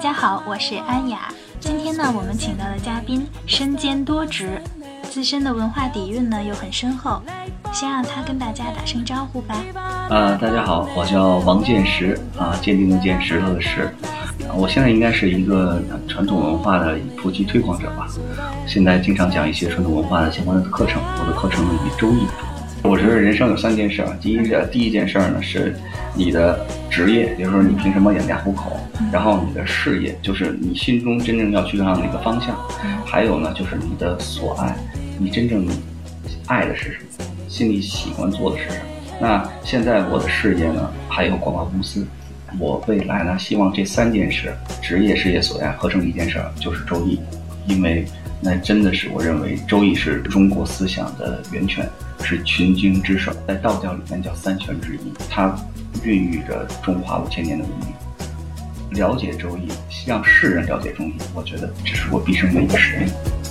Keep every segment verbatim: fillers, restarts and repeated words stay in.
家好，我是安雅。今天呢，我们请到的嘉宾身兼多职，自身的文化底蕴呢又很深厚，先让他跟大家打声招呼吧。 呃，大家好，我叫王建石啊，坚定的坚，石头的石。我现在应该是一个传统文化的普及推广者吧。现在经常讲一些传统文化的相关的课程，我的课程呢以周易。我觉得人生有三件事啊，第一件第一件事呢是你的职业，也就是说你凭什么养家糊口，然后你的事业，就是你心中真正要去向的一个方向，还有呢就是你的所爱，你真正爱的是什么，心里喜欢做的是什么。那现在我的事业呢还有广告公司，我未来呢希望这三件事，职业、事业、所爱合成一件事，就是周易。因为那真的是我认为周易是中国思想的源泉，是群经之首，在道教里面叫三权之一，它孕育着中华五千年的文明。了解周易，让世人了解周易，我觉得这是我毕生的一个使命。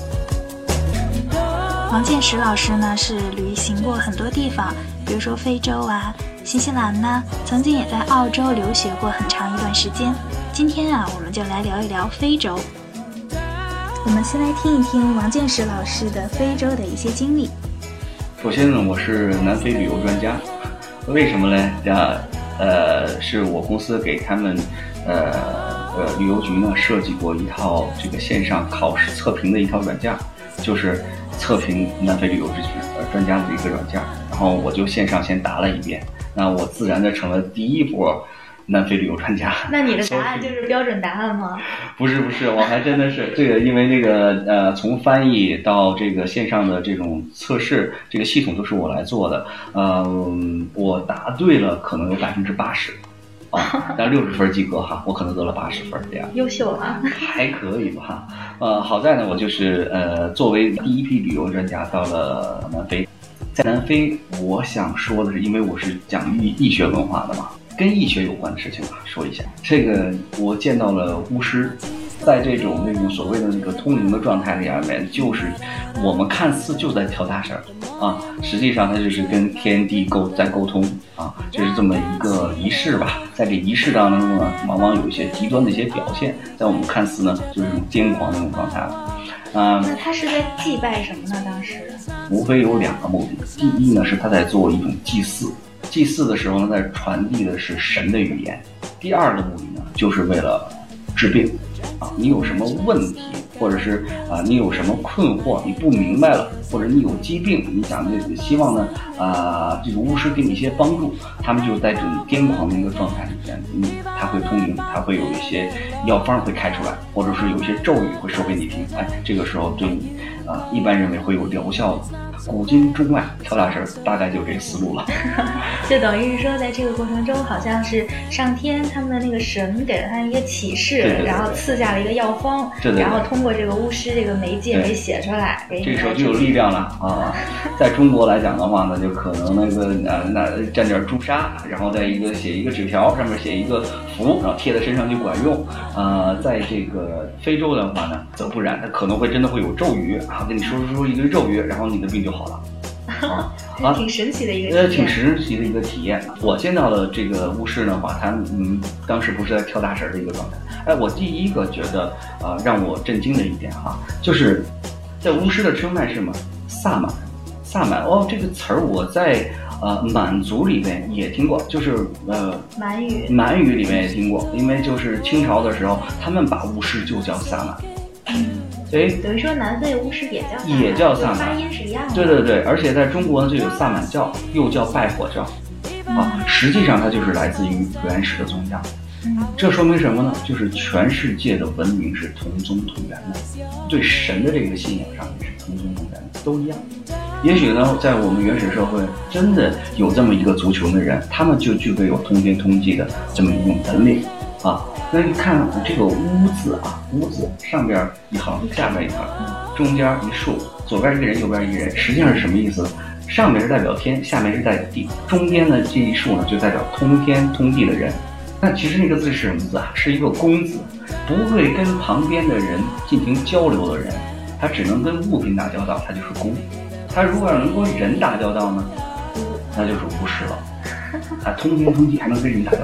王建石老师呢是旅行过很多地方，比如说非洲啊、新西兰呢，曾经也在澳洲留学过很长一段时间。今天啊，我们就来聊一聊非洲。我们先来听一听王建石老师的非洲的一些经历。 首先呢，我是南非旅游专家，为什么呢？啊，呃，是我公司给他们，呃呃旅游局呢设计过一套这个线上考试测评的一套软件，就是测评南非旅游之呃专家的一个软件。然后我就线上先答了一遍，那我自然的成了第一波南非旅游专家。 那你的答案就是标准答案吗？ 不是不是，我还真的是这个，因为那个呃，从翻译到这个线上的这种测试，这个系统都是我来做的。呃，我答对了，可能有百分之八十，啊，但六十分及格哈，我可能得了八十分这样。 优秀啊， 还可以吧？呃，好在呢，我就是呃，作为第一批旅游专家到了南非，在南非，我想说的是，因为我是讲易易学文化的嘛。跟易学有关的事情啊，说一下。这个我见到了巫师，在这种那种所谓的那个通灵的状态里面，就是我们看似就在跳大神啊，实际上它就是跟天地沟在沟通啊，就是这么一个仪式吧。在这仪式当中呢，往往有一些极端的一些表现，在我们看似呢就是这种癫狂的那种状态。 啊，那他是在祭拜什么呢？当时无非有两个目的，第一呢是他在做一种祭祀。祭祀的时候呢，在传递的是神的语言。第二个目的呢，就是为了治病啊，你有什么问题，或者是啊，你有什么困惑，你不明白了，或者你有疾病，你想这个希望呢啊，这个巫师给你一些帮助，他们就在这种癫狂的一个状态里面，嗯，他会通灵，他会有一些药方会开出来，或者是有一些咒语会说给你听，哎，这个时候对你啊，一般认为会有疗效的。古今中外跳大神大概就这思路了。 就等于是说，在这个过程中，好像是上天他们的那个神给了他一个启示， 对对对， 然后赐下了一个药方， 对对对， 然后通过这个巫师这个媒介给写出来，给这个时候就有力量了啊！在中国来讲的话呢，就可能那个呃那蘸点朱砂，然后再一个写一个纸条，上面写一个符，然后贴在身上就管用。呃，在这个非洲的话呢，则不然，它可能会真的会有咒语啊，跟你说出一个咒语，然后你的病就好了。 啊，啊挺神奇的一个体验， 呃，挺神奇的一个体验。我见到的这个巫师的话，他嗯，当时不是在跳大神的一个状态。哎，我第一个觉得啊、呃，让我震惊的一点哈，就是在巫师的称谓是嘛，萨满，萨满哦，这个词儿我在呃满族里面也听过，就是呃满语， 满语里面也听过，因为就是清朝的时候，他们把巫师就叫萨满。 嗯。 对， 等于说南非巫师也叫萨满， 也叫萨满， 发音是一样的。 对对对，而且在中国呢就有萨满教，又叫拜火教，嗯、啊，实际上它就是来自于原始的宗教。嗯，这说明什么呢？就是全世界的文明是同宗同源的，对神的这个信仰上面是同宗同源的，都一样。也许呢，在我们原始社会，真的有这么一个族群的人，他们就具备有通天通地的这么一种能力啊。那你看这个巫字啊，巫字上边一横，下边一横，中间一竖，左边一个人，右边一个人，实际上是什么意思？上面是代表天，下面是代表地，中间的这一竖呢，就代表通天通地的人。那其实那个字是什么字啊？是一个公字，不会跟旁边的人进行交流的人，他只能跟物品打交道，他就是公。他如果要能跟人打交道呢，那就是巫师了。他通天通地还能跟人打交道。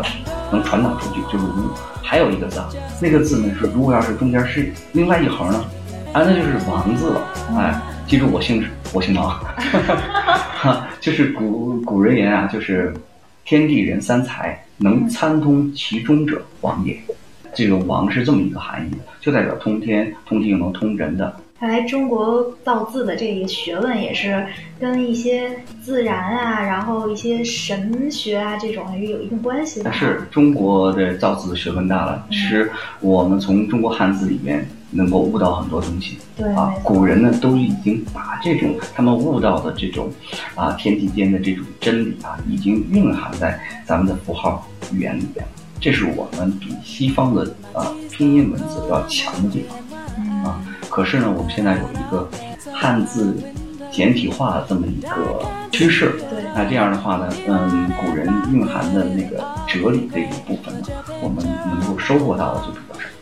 能传导出去，就是巫。还有一个字啊，那个字呢是如果要是中间是另外一横呢，啊，那就是王字了。哎，记住我姓我姓王，就是古古人言啊，就是天地人三才，能参通其中者王也。这个王是这么一个含义，就代表通天通地又能通人的。 看来中国造字的这个学问也是跟一些自然啊，然后一些神学啊这种还是有一定关系的。 是中国的造字的学问大了，其实我们从中国汉字里面能够悟到很多东西。 对啊，古人呢都已经把这种他们悟到的这种啊天地间的这种真理啊，已经蕴含在咱们的符号语言里边了。这是我们比西方的啊拼音文字要强的地方啊。可是呢，我们现在有一个汉字简体化的这么一个趋势。 对， 那这样的话呢，嗯，古人蕴含的那个哲理这一部分呢，我们能够收获到的就比较少。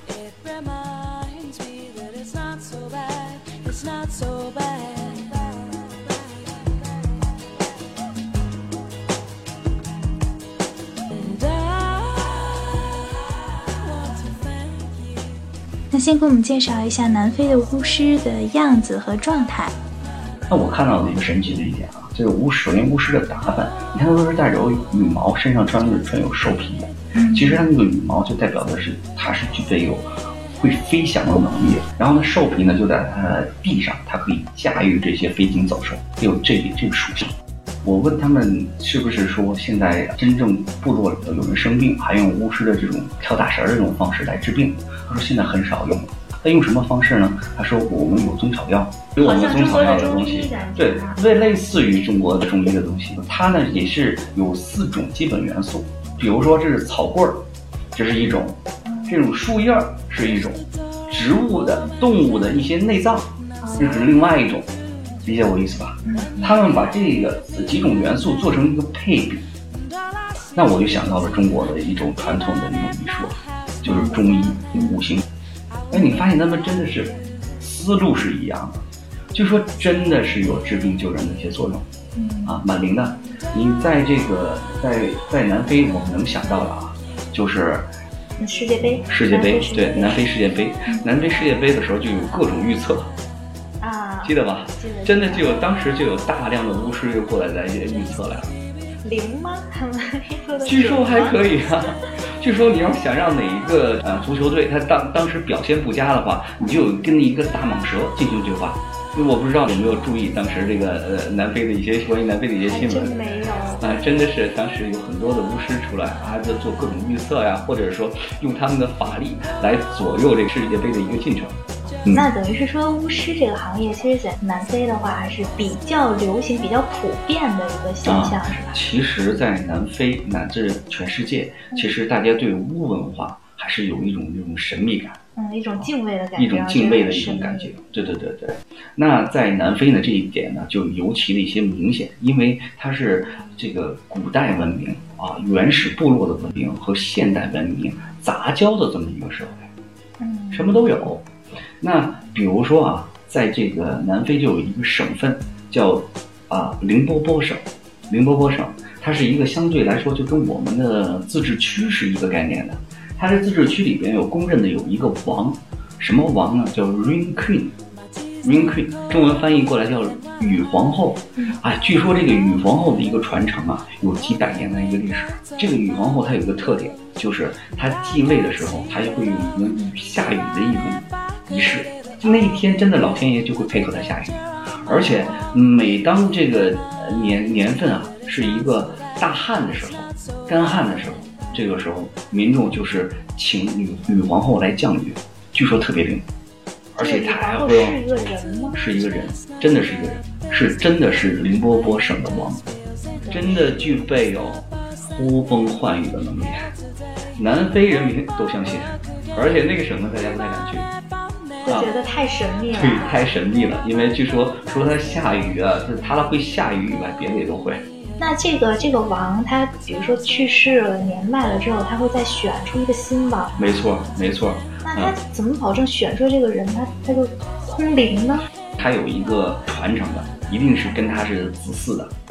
那先给我们介绍一下南非的巫师的样子和状态。 那我看到的一个神奇的一点啊，这个巫首先巫师的打扮，你看都是带着有羽毛，身上穿的穿有兽皮的。其实它那个羽毛就代表的是它是具备有会飞翔的能力。然后呢，兽皮呢就在它的臂上，它可以驾驭这些飞禽走兽，有这个这个属性。我问他们是不是说现在真正部落里头有人生病，还用巫师的这种跳大神的这种方式来治病？他说现在很少用了。那用什么方式呢？他说我们有中草药，有我们中草药的东西，对，类类似于中国的中医的东西。它呢也是有四种基本元素，比如说这是草棍儿，这是一种；这种树叶是一种；植物的、动物的一些内脏，这是另外一种。理解我意思吧？他们把这个几种元素做成一个配比，那我就想到了中国的一种传统的一种医术，就是中医五行。哎，你发现他们真的是思路是一样的，就说真的是有治病救人的一些作用，啊，蛮灵的。你在这个在在南非，我们能想到的啊，就是世界杯， 世界杯，对，南非世界杯，南非世界杯的时候就有各种预测。记得吧？ 记得真的就有，当时就有大量的巫师又过来来预测来了。 灵吗？他们说的？ 据说还可以啊。据说你要想让哪一个呃足球队他当当时表现不佳的话，你就跟一个大蟒蛇进行对话。因为我不知道你有没有注意当时这个呃南非的一些关于南非的一些新闻。 真没有。 啊、呃，真的是当时有很多的巫师出来啊，在做各种预测呀，或者说用他们的法力来左右这个世界杯的一个进程。 那等于是说，巫师这个行业，其实在南非的话，还是比较流行、比较普遍的一个现象，啊、是吧？ 其实，在南非乃至全世界，其实大家对巫文化还是有一种这种神秘感， 嗯，一种敬畏的感觉， 一种敬畏的一种感觉。对对对对。那在南非呢，这一点呢，就尤其的一些明显，因为它是这个古代文明啊、原始部落的文明和现代文明杂交的这么一个社会， 嗯， 什么都有。那比如说啊，在这个南非就有一个省份叫啊林波波省，林波波省它是一个相对来说就跟我们的自治区是一个概念的。它的自治区里边有公认的有一个王，什么王呢？叫 Rain Queen。Rain Queen 中文翻译过来叫雨皇后。哎，据说这个雨皇后的一个传承啊，有几百年的一个历史。这个雨皇后她有一个特点，就是她继位的时候，她就会有一个雨下雨的一种仪式。那一天真的老天爷就会配合她下雨，而且每当这个年年份啊是一个大旱的时候，干旱的时候，这个时候民众就是请雨雨皇后来降雨，据说特别灵。而且他还会是一个人吗？ 是一个人，真的是一个人，是真的是林波波省的王，真的具备有呼风唤雨的能力。南非人民都相信，而且那个省呢，大家不太敢去， 会觉得太神秘了。 对，太神秘了，因为据说除了它下雨啊，它会下雨以外，别的也都会。 那这个这个王，他比如说去世了、年迈了之后，他会再选出一个新王。 没错，没错。 那他怎么保证选出这个人，他他就通灵呢？ 他有一个传承的，一定是跟他是子嗣的，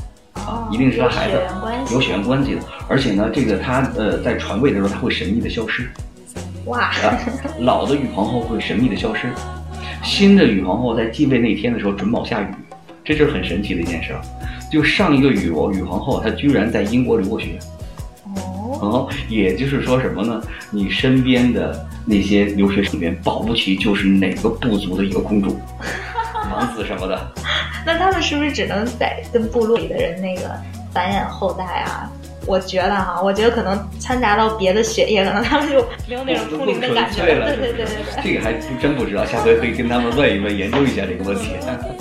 啊，一定是他孩子，有血缘关系的。而且呢，这个他呃在传位的时候，他会神秘的消失。 哇！ 啊，老的禹皇后会神秘的消失，新的禹皇后在继位那天的时候准保下雨，这就是很神奇的一件事。就上一个禹禹皇后，她居然在英国留过学。哦，也就是说什么呢？你身边的那些留学生里面，保不齐就是哪个部族的一个公主、王子什么的。 那他们是不是只能在跟部落里的人那个繁衍后代啊？我觉得哈，我觉得可能掺杂到别的血液，可能他们就没有那种通灵的感觉了。对对对对对， 这个还不真不知道，下回可以跟他们问一问，研究一下这个问题。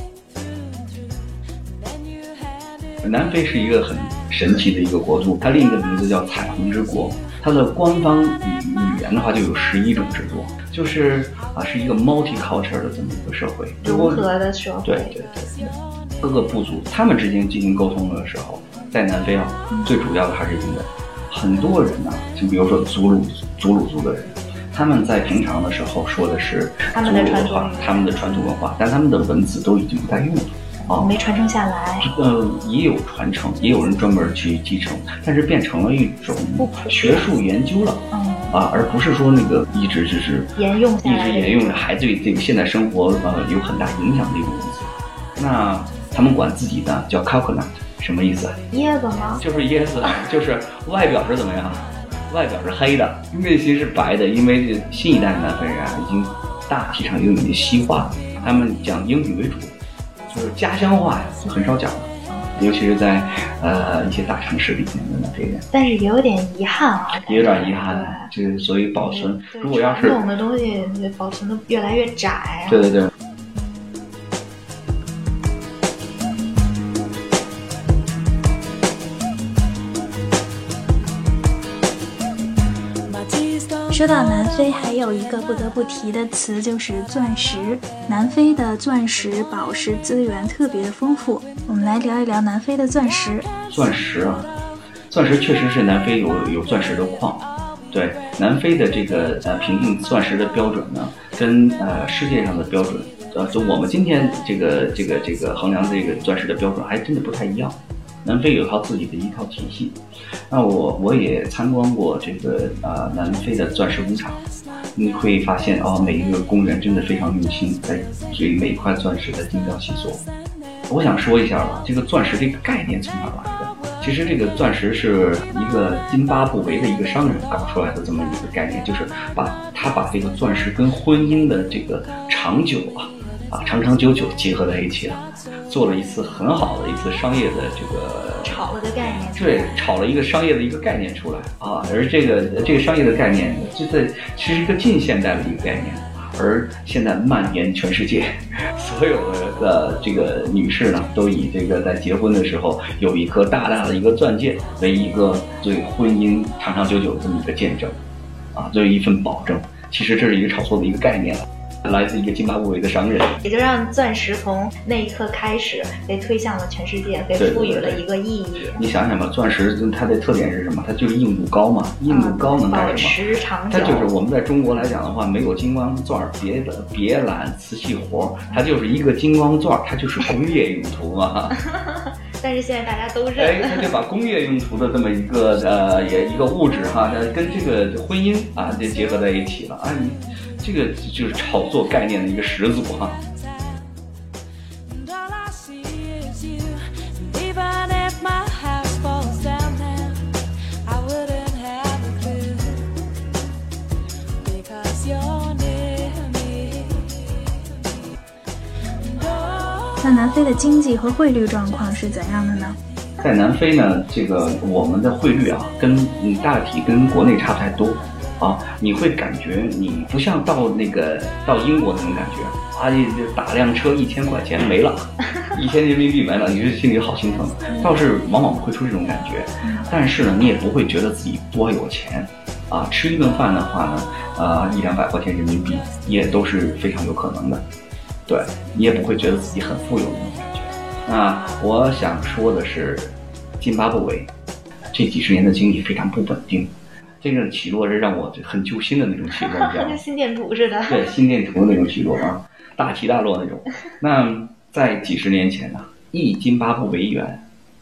南非是一个很神奇的一个国度，它另一个名字叫彩虹之国。它的官方语语言的话就有十一种之多，就是啊是一个 multicultural 的这么一个社会， 融合的社会。 对对对，各个部族他们之间进行沟通的时候，在南非啊，嗯、最主要的还是英文。很多人呢、啊，就比如说祖鲁祖鲁族的人，他们在平常的时候说的是他们的传统他们的传统文化，但他们的文字都已经不再用了。 啊，没传承下来。 呃，也有传承，也有人专门去继承，但是变成了一种学术研究了，嗯啊，而不是说那个一直就是沿用下来，一直沿用着，还对这个现代生活呃有很大影响的一种文字。那他们管自己呢叫 coconut， 什么意思？ 椰子吗？ 就是椰子，就是外表是怎么样？外表是黑的，内心是白的，因为新一代的南非人啊，已经大体上已经西化了，他们讲英语为主。就是家乡话呀，很少讲了，尤其是在呃一些大城市里面的南非人。 但是也有点遗憾啊， 也有点遗憾，就是所以保存，如果要是传统的东西保存的越来越窄、啊。 对对对。 说到南非，还有一个不得不提的词就是钻石。南非的钻石、宝石资源特别的丰富，我们来聊一聊南非的钻石。 钻石啊，钻石确实是南非有有钻石的矿。对，南非的这个呃评定钻石的标准呢，跟呃世界上的标准，呃，就我们今天这个这个这个衡量这个钻石的标准，还真的不太一样。南非有套自己的一套体系，那我我也参观过这个呃南非的钻石工厂，你会发现哦，每一个工人真的非常用心，在对每一块钻石的精雕细琢。我想说一下吧，这个钻石这个概念从哪来的？其实这个钻石是一个津巴布韦的一个商人搞出来的这么一个概念，就是把他把这个钻石跟婚姻的这个长久啊啊长长久久结合在一起了。做了一次很好的一次商业的这个炒了个概念， 对，炒了一个商业的一个概念出来啊，而这个这个商业的概念，这在其实一个近现代的一个概念，而现在蔓延全世界，所有的这个女士呢，都以这个在结婚的时候有一颗大大的一个钻戒为一个对婚姻长长久久的这么一个见证，啊，作为一份保证。其实这是一个炒作的一个概念了。来自一个津巴布韦的商人， 也就让钻石从那一刻开始被推向了全世界，被赋予了一个意义。 对对对，你想想吧，钻石它的特点是什么？它就是硬度高嘛，硬度高能干什么？保持长久。 它就是我们在中国来讲的话，没有金光钻，别的别揽瓷器活，它就是一个金光钻，它就是工业用途嘛。 但是现在大家都认， 哎，他就把工业用途的这么一个呃也一个物质哈，跟这个婚姻啊就结合在一起了啊，你这个就是炒作概念的一个始祖哈。 那南非的经济和汇率状况是怎样的呢？ 在南非呢，这个我们的汇率啊，跟你大体跟国内差不太多啊。你会感觉你不像到那个到英国那种感觉啊，你打辆车一千块钱没了，一千人民币没了，你就心里好心疼。倒是往往不会出这种感觉，但是呢，你也不会觉得自己多有钱啊。吃一顿饭的话呢，呃，一两百块钱人民币也都是非常有可能的。对，你也不会觉得自己很富有的那种感觉。那我想说的是，津巴布韦这几十年的经济非常不稳定，这个起落是让我很揪心的那种起落， 跟心电图似的。 对，心电图那种起落啊，大起大落那种。那在几十年前呢、啊，一津巴布韦元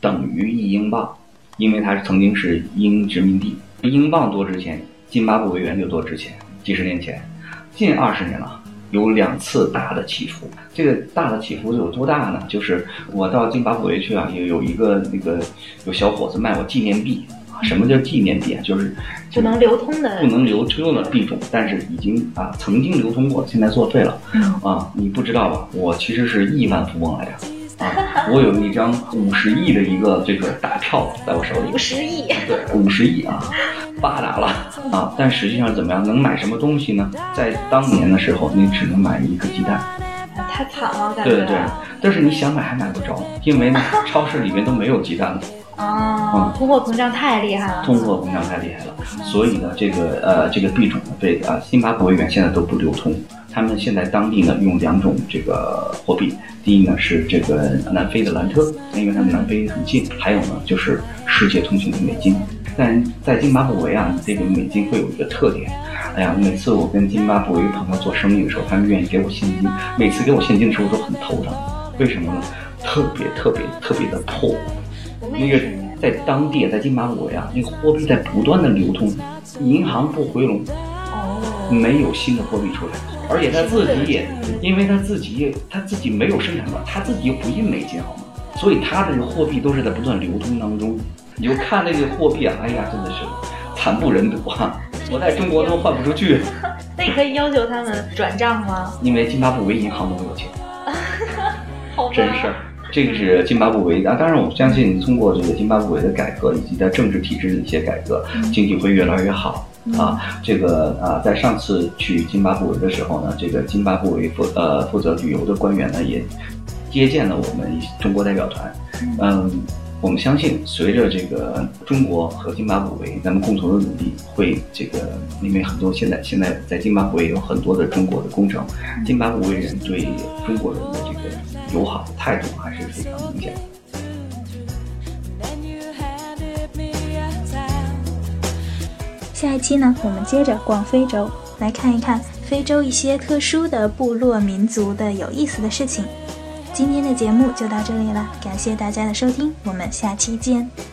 等于一英镑，因为它曾经是英殖民地。英镑多值钱，津巴布韦元就多值钱。几十年前，近二十年了。有两次大的起伏，这个大的起伏有多大呢？就是我到津巴布韦去啊，有有一个那个有小伙子卖我纪念币啊。什么叫纪念币啊？就是不能流通的不能流通的币种，但是已经啊曾经流通过，现在作废了。 嗯啊，你不知道吧？我其实是亿万富翁来着。啊，我有一张五十亿的一个这个大票在我手里。 五十亿， 对，五十亿啊，发达了啊！但实际上怎么样？能买什么东西呢？在当年的时候，你只能买一个鸡蛋。 太惨了，感觉。 对对对，但是你想买还买不着，因为呢，超市里面都没有鸡蛋了。 哦，嗯，通货膨胀太厉害了。 通货膨胀太厉害了，所以呢，这个呃这个币种呢被啊津巴布韦元现在都不流通。他们现在当地呢用两种这个货币，第一呢是这个南非的兰特，因为他们南非很近，还有呢就是世界通行的美金。但在津巴布韦啊，这个美金会有一个特点，哎呀，每次我跟津巴布韦朋友做生意的时候，他们愿意给我现金，每次给我现金的时候都很头疼，为什么呢？特别特别特别的破，那个在当地在津巴布韦啊，那个货币在不断的流通，银行不回笼，没有新的货币出来。而且他自己也，因为他自己也他自己没有生产嘛，他自己又不印美金，好吗？所以他的这个货币都是在不断流通当中。你就看那个货币啊，哎呀，真的是惨不忍睹啊！我在中国都换不出去。 那你可以要求他们转账吗？ 因为津巴布韦银行都没有钱。 好吧， 真是。这个是津巴布韦啊，当然我相信通过这个津巴布韦的改革以及在政治体制的一些改革，经济会越来越好。啊，这个啊，在上次去津巴布韦的时候呢，这个津巴布韦负呃负责旅游的官员呢也接见了我们中国代表团。嗯，我们相信随着这个中国和津巴布韦咱们共同的努力，会这个因为很多现在现在在津巴布韦有很多的中国的工程，津巴布韦人对中国人的这个友好的态度还是非常明显的。 下一期呢，我们接着逛非洲，来看一看非洲一些特殊的部落民族的有意思的事情。今天的节目就到这里了，感谢大家的收听，我们下期见。